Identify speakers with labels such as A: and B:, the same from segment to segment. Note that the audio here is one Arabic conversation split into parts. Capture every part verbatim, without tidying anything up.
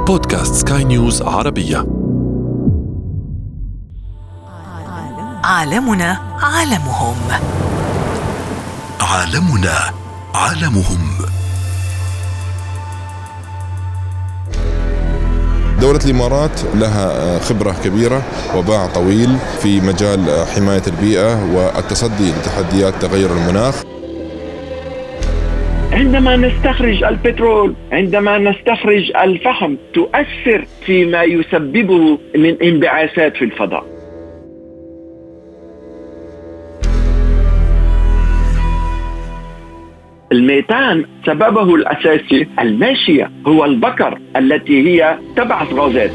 A: بودكاست سكاي نيوز عربية.
B: عالمنا عالمهم.
A: عالمنا عالمهم.
C: دولة الإمارات لها خبرة كبيرة وباع طويل في مجال حماية البيئة والتصدي لتحديات تغير المناخ.
D: عندما نستخرج البترول، عندما نستخرج الفحم، تؤثر فيما يسببه من انبعاثات في الفضاء. الميثان سببه الأساسي الماشية، هو البقر التي هي تبعث غازات.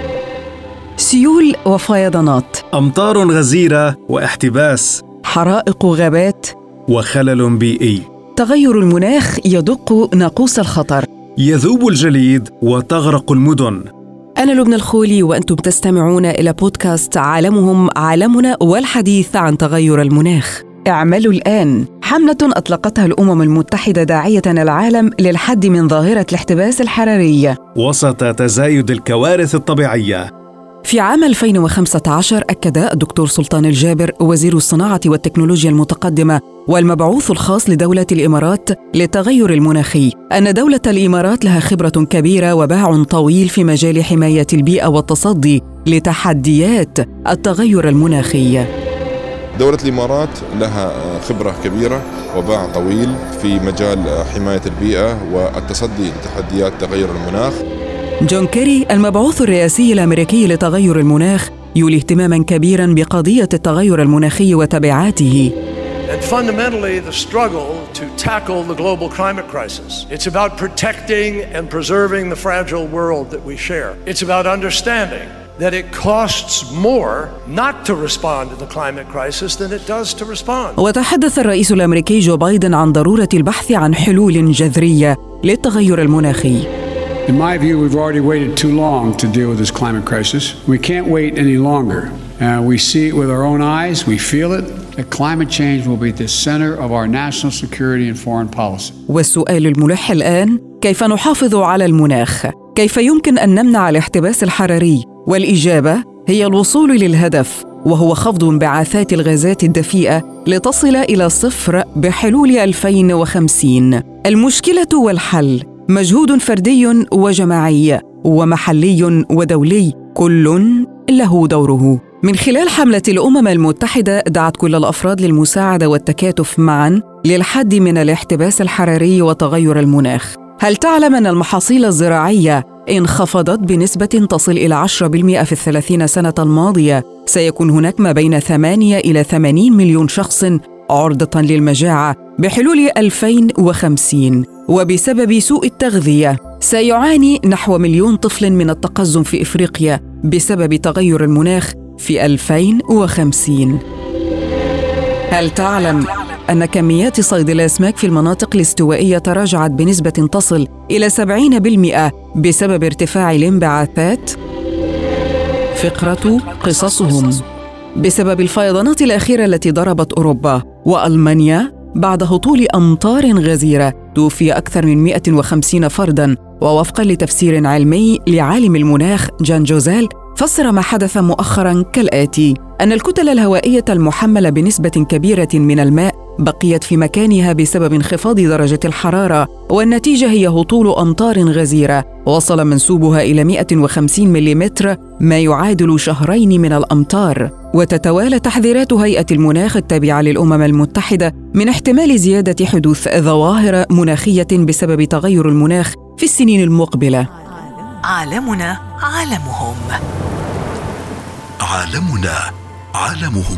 E: سيول وفيضانات،
F: أمطار غزيرة واحتباس،
E: حرائق غابات
F: وخلل بيئي.
E: تغير المناخ يدق ناقوس الخطر،
F: يذوب الجليد وتغرق المدن.
E: أنا لبنى الخولي وأنتم تستمعون إلى بودكاست عالمهم عالمنا، والحديث عن تغير المناخ. اعملوا الآن، حملة أطلقتها الأمم المتحدة داعية العالم للحد من ظاهرة الاحتباس الحراري
F: وسط تزايد الكوارث الطبيعية.
E: في عام ألفين وخمسة عشر أكد الدكتور سلطان الجابر وزير الصناعة والتكنولوجيا المتقدمة والمبعوث الخاص لدولة الإمارات للتغير المناخي أن دولة الإمارات لها خبرة كبيرة وباع طويل في مجال حماية البيئة والتصدي لتحديات التغير المناخي.
C: دولة الإمارات لها خبرة كبيرة وباع طويل في مجال حماية البيئة والتصدي لتحديات تغير المناخ.
E: جون كيري المبعوث الرئاسي الأمريكي لتغير المناخ يولي اهتماماً كبيراً بقضية التغير المناخي وتبعاته.
G: And fundamentally, the struggle to tackle the global climate crisis, it's about protecting and preserving the fragile world that we share. It's about understanding that it costs more not to respond to the climate crisis than it does to respond.
E: وتحدث الرئيس الأمريكي جو بايدن عن ضرورة البحث عن حلول جذرية للتغير المناخي.
H: In my view, we've already waited too long to deal with this climate crisis. We can't wait any longer. Uh, we see it with our own eyes. We feel it. That climate change will be at the center of our national security and foreign policy.
E: والسؤال الملح الآن: كيف نحافظ على المناخ؟ كيف يمكن أن نمنع الاحتباس الحراري؟ والإجابة هي الوصول للهدف، وهو خفض انبعاثات الغازات الدفيئة لتصل إلى صفر بحلول ألفين وخمسين. المشكلة والحل مجهود فردي وجماعي ومحلي ودولي، كل له دوره. من خلال حملة الأمم المتحدة دعت كل الأفراد للمساعدة والتكاتف معاً للحد من الاحتباس الحراري وتغير المناخ. هل تعلم أن المحاصيل الزراعية انخفضت بنسبة تصل إلى عشرة بالمئة في الثلاثين سنة الماضية؟ سيكون هناك ما بين ثمانية إلى ثمانين مليون شخص عرضة للمجاعة بحلول ألفين وخمسين، وبسبب سوء التغذية سيعاني نحو مليون طفل من التقزم في إفريقيا بسبب تغير المناخ في ألفين وخمسين. هل تعلم أن كميات صيد الأسماك في المناطق الاستوائية تراجعت بنسبة تصل إلى سبعين بالمئة بسبب ارتفاع الانبعاثات؟ فقرة قصصهم. بسبب الفيضانات الأخيرة التي ضربت أوروبا وألمانيا بعد هطول أمطار غزيرة توفي أكثر من مئة وخمسين فرداً، ووفقاً لتفسير علمي لعالم المناخ جان جوزال فسر ما حدث مؤخراً كالآتي: أن الكتل الهوائية المحملة بنسبة كبيرة من الماء بقيت في مكانها بسبب انخفاض درجة الحرارة، والنتيجة هي هطول أمطار غزيرة وصل منسوبها إلى مئة وخمسين مليمتر، ما يعادل شهرين من الأمطار. وتتوالى تحذيرات هيئة المناخ التابعة للأمم المتحدة من احتمال زيادة حدوث ظواهر مناخية بسبب تغير المناخ في السنين المقبلة.
B: عالمنا عالمهم.
A: عالمنا عالمهم.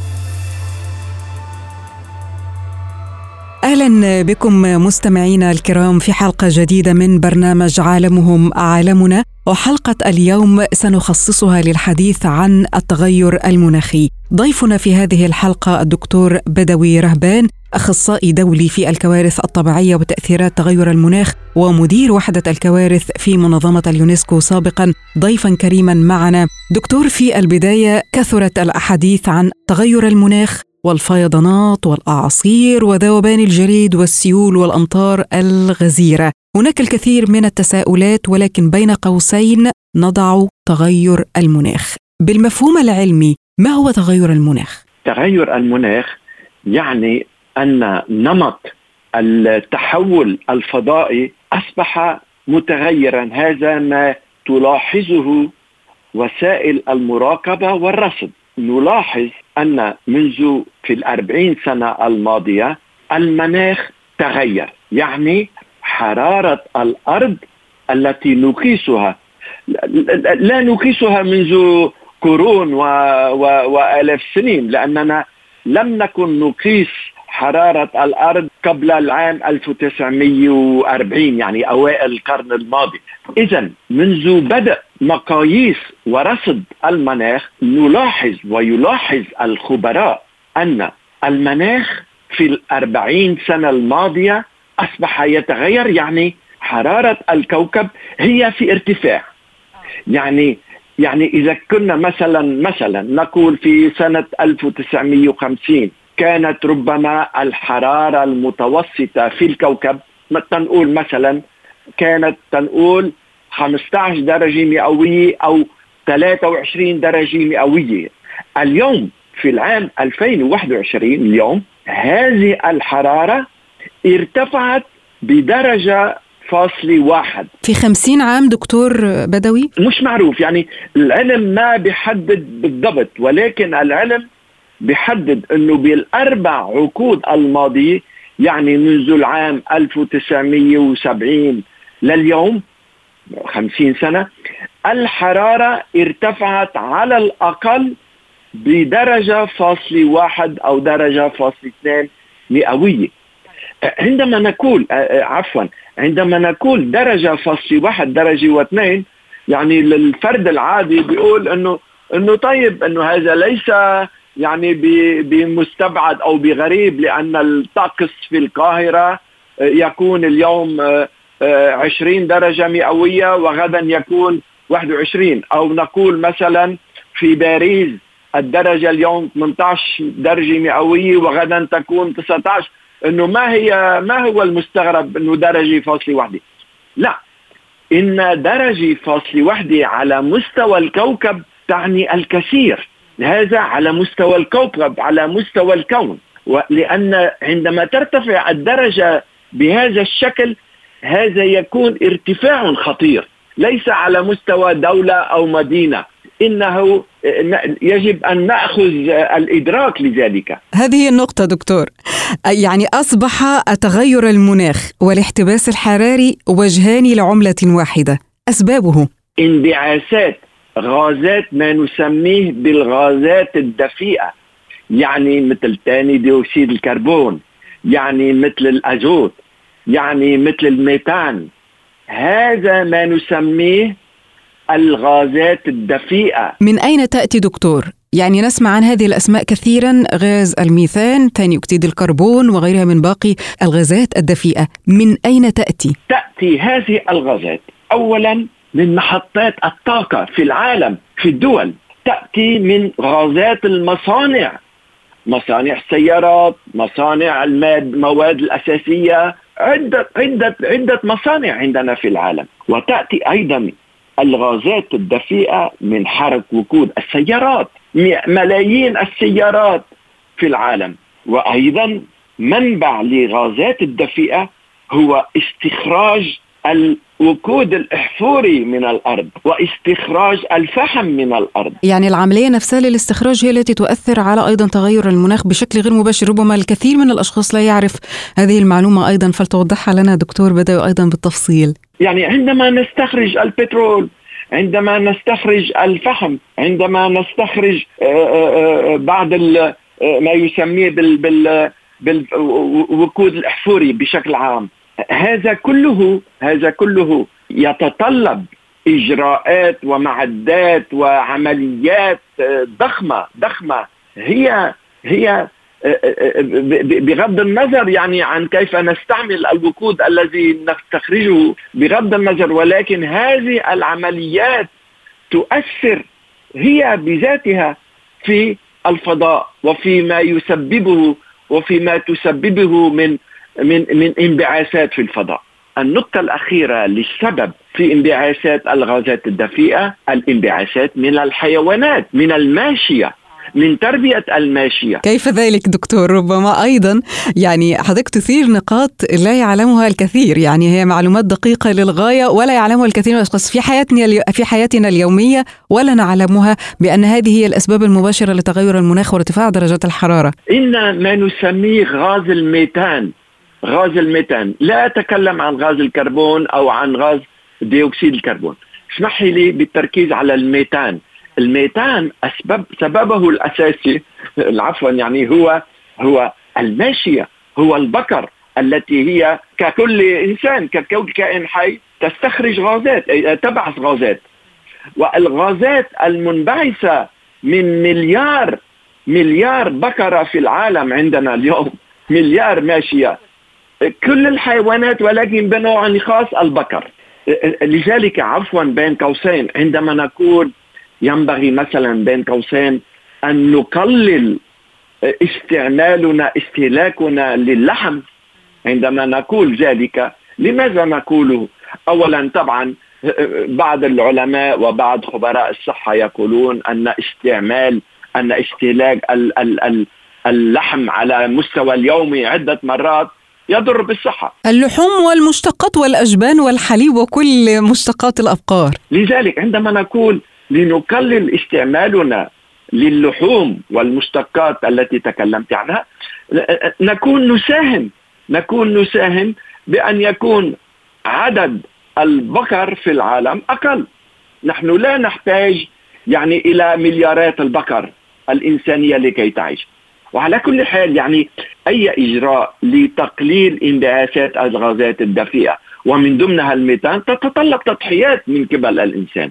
E: أهلاً بكم مستمعينا الكرام في حلقة جديدة من برنامج عالمهم عالمنا، وحلقة اليوم سنخصصها للحديث عن التغير المناخي. ضيفنا في هذه الحلقة الدكتور بدوي رهبان، أخصائي دولي في الكوارث الطبيعية وتأثيرات تغير المناخ ومدير وحدة الكوارث في منظمة اليونسكو سابقاً، ضيفاً كريماً معنا. دكتور، في البداية كثرت الأحاديث عن تغير المناخ والفيضانات والأعاصير وذوبان الجليد والسيول والأمطار الغزيرة. هناك الكثير من التساؤلات، ولكن بين قوسين نضع تغير المناخ. بالمفهوم العلمي، ما هو تغير المناخ؟
D: تغير المناخ يعني أن نمط التحول الفضائي أصبح متغيرا. هذا ما تلاحظه وسائل المراقبة والرصد. نلاحظ أن منذ في الأربعين سنة الماضية المناخ تغير، يعني حرارة الأرض التي نقيسها لا نقيسها منذ قرون و... و... وآلاف سنين، لأننا لم نكن نقيس حرارة الأرض قبل العام ألف وتسعمائة وأربعين، يعني أوائل القرن الماضي. إذن منذ بدء مقاييس ورصد المناخ نلاحظ ويلاحظ الخبراء أن المناخ في الأربعين سنة الماضية أصبح يتغير، يعني حرارة الكوكب هي في ارتفاع. يعني يعني إذا كنا مثلا مثلا نقول في سنة ألف وتسعمائة وخمسين كانت ربما الحرارة المتوسطة في الكوكب تنقول مثلا كانت تنقول خمسة عشر درجة مئوية أو ثلاثة وعشرين درجة مئوية. اليوم في العام ألفين وواحد وعشرين اليوم هذه الحرارة ارتفعت بدرجة فاصلة واحد
E: في خمسين عام. دكتور بدوي،
D: مش معروف، يعني العلم ما بيحدد بالضبط، ولكن العلم بيحدد أنه بالأربع عقود الماضية، يعني منذ العام ألف وتسعمائة وسبعين لليوم خمسين سنة، الحرارة ارتفعت على الأقل بدرجة فاصلة واحد أو درجة فاصلة اثنين مئوية. عندما نقول عفوا عندما نقول درجة فاصلة واحد درجة واثنين، يعني للفرد العادي بيقول انه انه طيب انه هذا ليس يعني بمستبعد او بغريب، لان الطقس في القاهرة يكون اليوم عشرين درجة مئوية وغدا يكون واحد وعشرين، او نقول مثلا في باريس الدرجة اليوم ثمانية عشر درجة مئوية وغدا تكون تسعة عشر. انه ما هي ما هو المستغرب انه درجة فاصلة واحدة؟ لا، ان درجة فاصلة واحدة على مستوى الكوكب تعني الكثير. هذا على مستوى الكوكب، على مستوى الكون. ولأن عندما ترتفع الدرجة بهذا الشكل هذا يكون ارتفاع خطير، ليس على مستوى دولة أو مدينة. إنه يجب أن نأخذ الإدراك لذلك.
E: هذه النقطة دكتور، يعني أصبح تغير المناخ والاحتباس الحراري وجهان لعملة واحدة. أسبابه
D: انبعاثات غازات ما نسميه بالغازات الدفيئة، يعني مثل ثاني ديوكسيد الكربون، يعني مثل الأزوت، يعني مثل الميثان. هذا ما نسميه الغازات الدفيئة.
E: من أين تأتي دكتور؟ يعني نسمع عن هذه الأسماء كثيرا، غاز الميثان، ثاني أكسيد الكربون وغيرها من باقي الغازات الدفيئة. من أين تأتي؟
D: تأتي هذه الغازات أولا من محطات الطاقة في العالم، في الدول. تأتي من غازات المصانع، مصانع السيارات، مصانع المواد الأساسية، عدة عدة عدة مصانع عندنا في العالم. وتأتي أيضا الغازات الدفيئة من حرق وقود السيارات، ملايين السيارات في العالم. وأيضا منبع لغازات الدفيئة هو استخراج الوقود الأحفوري من الأرض واستخراج الفحم من الأرض.
E: يعني العملية نفسها للاستخراج هي التي تؤثر على أيضا تغير المناخ بشكل غير مباشر. ربما الكثير من الأشخاص لا يعرف هذه المعلومة أيضا، فلتوضحها لنا دكتور بدوي أيضا بالتفصيل.
D: يعني عندما نستخرج البترول، عندما نستخرج الفحم، عندما نستخرج بعض ما يسميه بالوقود الأحفوري بشكل عام، هذا كله هذا كله يتطلب إجراءات ومعدات وعمليات ضخمة ضخمة. هي هي بغض النظر يعني عن كيف نستعمل الوقود الذي نستخرجه، بغض النظر، ولكن هذه العمليات تؤثر هي بذاتها في الفضاء وفيما يسببه وفيما تسببه من من من انبعاثات في الفضاء. النقطة الأخيرة للسبب في انبعاثات الغازات الدفيئة الانبعاثات من الحيوانات، من الماشية، من تربية الماشية.
E: كيف ذلك دكتور؟ ربما أيضا يعني حضرتك تثير نقاط لا يعلمها الكثير، يعني هي معلومات دقيقة للغاية ولا يعلمها الكثير من الأشخاص في حياتنا في حياتنا اليومية، ولا نعلمها بأن هذه هي الأسباب المباشرة لتغير المناخ وارتفاع درجات الحرارة.
D: إن ما نسميه غاز الميثان، غاز الميثان، لا أتكلم عن غاز الكربون أو عن غاز ديوكسيد الكربون. اسمحي لي بالتركيز على الميثان. الميثان أسباب سببه الأساسي عفوا يعني هو هو الماشية، هو البقر التي هي ككل إنسان ككل كائن حي تستخرج غازات، تبعث غازات، والغازات المنبعثة من مليار مليار بقرة في العالم عندنا اليوم، مليار ماشية، كل الحيوانات ولكن بنوع خاص البقر. لذلك عفوا بين قوسين عندما نقول ينبغي مثلا بين قوسين أن نقلل استعمالنا استهلاكنا للحم، عندما نقول ذلك لماذا نقوله؟ أولا طبعا بعض العلماء وبعض خبراء الصحة يقولون أن استعمال أن استهلاك اللحم على مستوى اليومي عدة مرات يضر بالصحة.
E: اللحوم والمشتقات والأجبان والحليب وكل مشتقات الأبقار.
D: لذلك عندما نقول لنقلل استعمالنا للحوم والمشتقات التي تكلمت عنها، نكون نساهم نكون نساهم بأن يكون عدد البقر في العالم أقل. نحن لا نحتاج يعني إلى مليارات البقر الإنسانية لكي تعيش. وعلى كل حال يعني أي إجراء لتقليل انبعاثات الغازات الدفيئة ومن ضمنها الميثان تتطلب تضحيات من قبل الإنسان.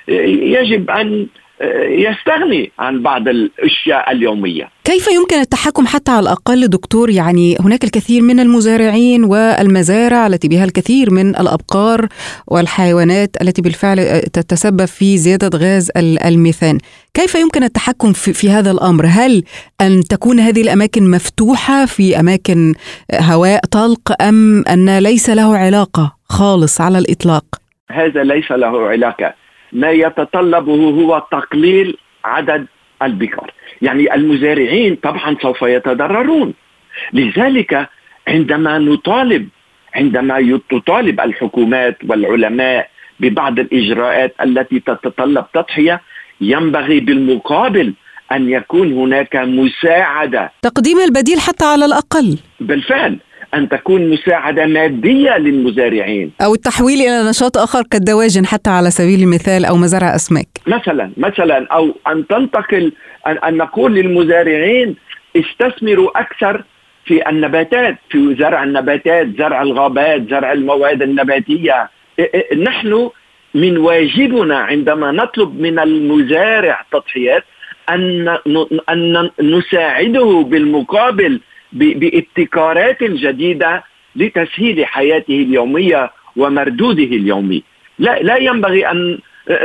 D: يجب أن يستغني عن بعض الأشياء اليومية.
E: كيف يمكن التحكم حتى على الأقل دكتور؟ يعني هناك الكثير من المزارعين والمزارع التي بها الكثير من الأبقار والحيوانات التي بالفعل تتسبب في زيادة غاز الميثان. كيف يمكن التحكم في, في هذا الأمر؟ هل أن تكون هذه الأماكن مفتوحة في أماكن هواء طلق أم أن ليس له علاقة خالص على الإطلاق؟
D: هذا ليس له علاقة. ما يتطلبه هو تقليل عدد البقر. يعني المزارعين طبعا سوف يتضررون. لذلك عندما نطالب عندما تطالب الحكومات والعلماء ببعض الإجراءات التي تتطلب تضحية، ينبغي بالمقابل أن يكون هناك مساعدة،
E: تقديم البديل حتى على الأقل.
D: بالفعل أن تكون مساعدة مادية للمزارعين
E: أو التحويل إلى نشاط آخر كالدواجن حتى على سبيل المثال، أو مزارع أسماك
D: مثلا مثلا أو أن تنتقل أن, أن نقول للمزارعين استثمروا أكثر في النباتات، في زرع النباتات، زرع الغابات، زرع المواد النباتية. نحن من واجبنا عندما نطلب من المزارع تضحيات أن أن نساعده بالمقابل بابتكارات جديدة لتسهيل حياته اليومية ومردوده اليومي. لا لا ينبغي أن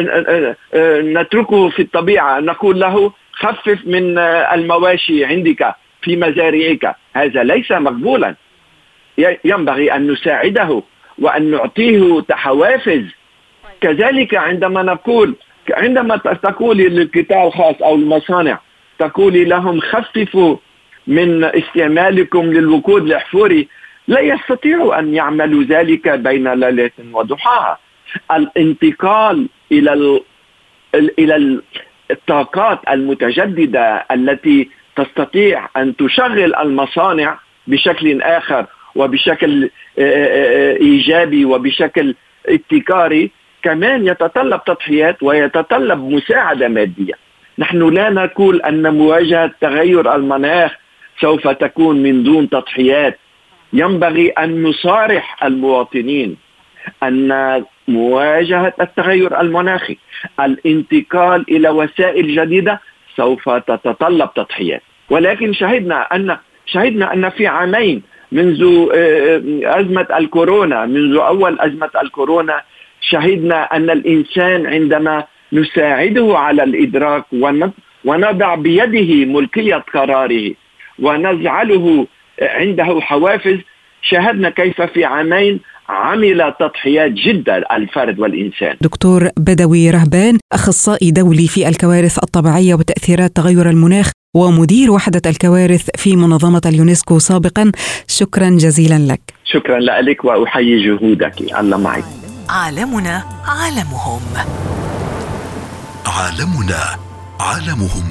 D: نتركه في الطبيعة، نقول له خفف من المواشي عندك في مزارعك، هذا ليس مقبولا. ينبغي أن نساعده وأن نعطيه حوافز. كذلك عندما نقول عندما تقول للقطاع الخاص أو المصانع تقول لهم خففوا من استعمالكم للوقود الأحفوري، لا يستطيعوا أن يعملوا ذلك بين ليلة وضحاها. الانتقال إلى ال... إلى الطاقات المتجددة التي تستطيع أن تشغل المصانع بشكل آخر وبشكل إيجابي وبشكل ابتكاري كمان يتطلب تضحيات ويتطلب مساعدة مادية. نحن لا نقول أن مواجهة تغير المناخ سوف تكون من دون تضحيات. ينبغي أن نصارح المواطنين أن مواجهة التغير المناخي، الانتقال إلى وسائل جديدة سوف تتطلب تضحيات. ولكن شهدنا أن شهدنا أن في عامين منذ أزمة الكورونا، منذ أول أزمة الكورونا، شهدنا أن الإنسان عندما نساعده على الإدراك ونضع بيده ملكية قراره ونجعله عنده حوافز. شاهدنا كيف في عامين عمل تضحيات جدا الفرد والإنسان.
E: دكتور بدوي رهبان، أخصائي دولي في الكوارث الطبيعية وتأثيرات تغير المناخ ومدير وحدة الكوارث في منظمة اليونسكو سابقا، شكرا جزيلا لك.
D: شكرا لك وأحيي جهودك. الله معك.
B: عالمنا عالمهم.
A: عالمنا عالمهم.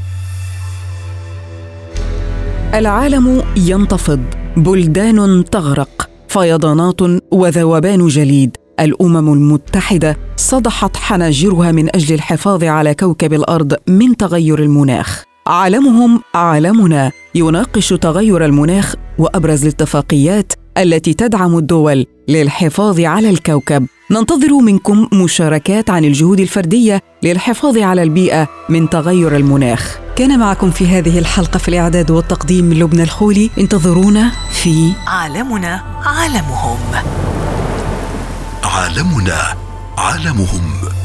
E: العالم ينتفض، بلدان تغرق، فيضانات وذوبان جليد. الأمم المتحدة صدحت حناجرها من أجل الحفاظ على كوكب الأرض من تغير المناخ. عالمهم عالمنا يناقش تغير المناخ وأبرز الاتفاقيات التي تدعم الدول للحفاظ على الكوكب. ننتظر منكم مشاركات عن الجهود الفردية للحفاظ على البيئة من تغير المناخ. كان معكم في هذه الحلقة في الإعداد والتقديم من لبنى الخولي. انتظرونا في
B: عالمنا عالمهم.
A: عالمنا عالمهم.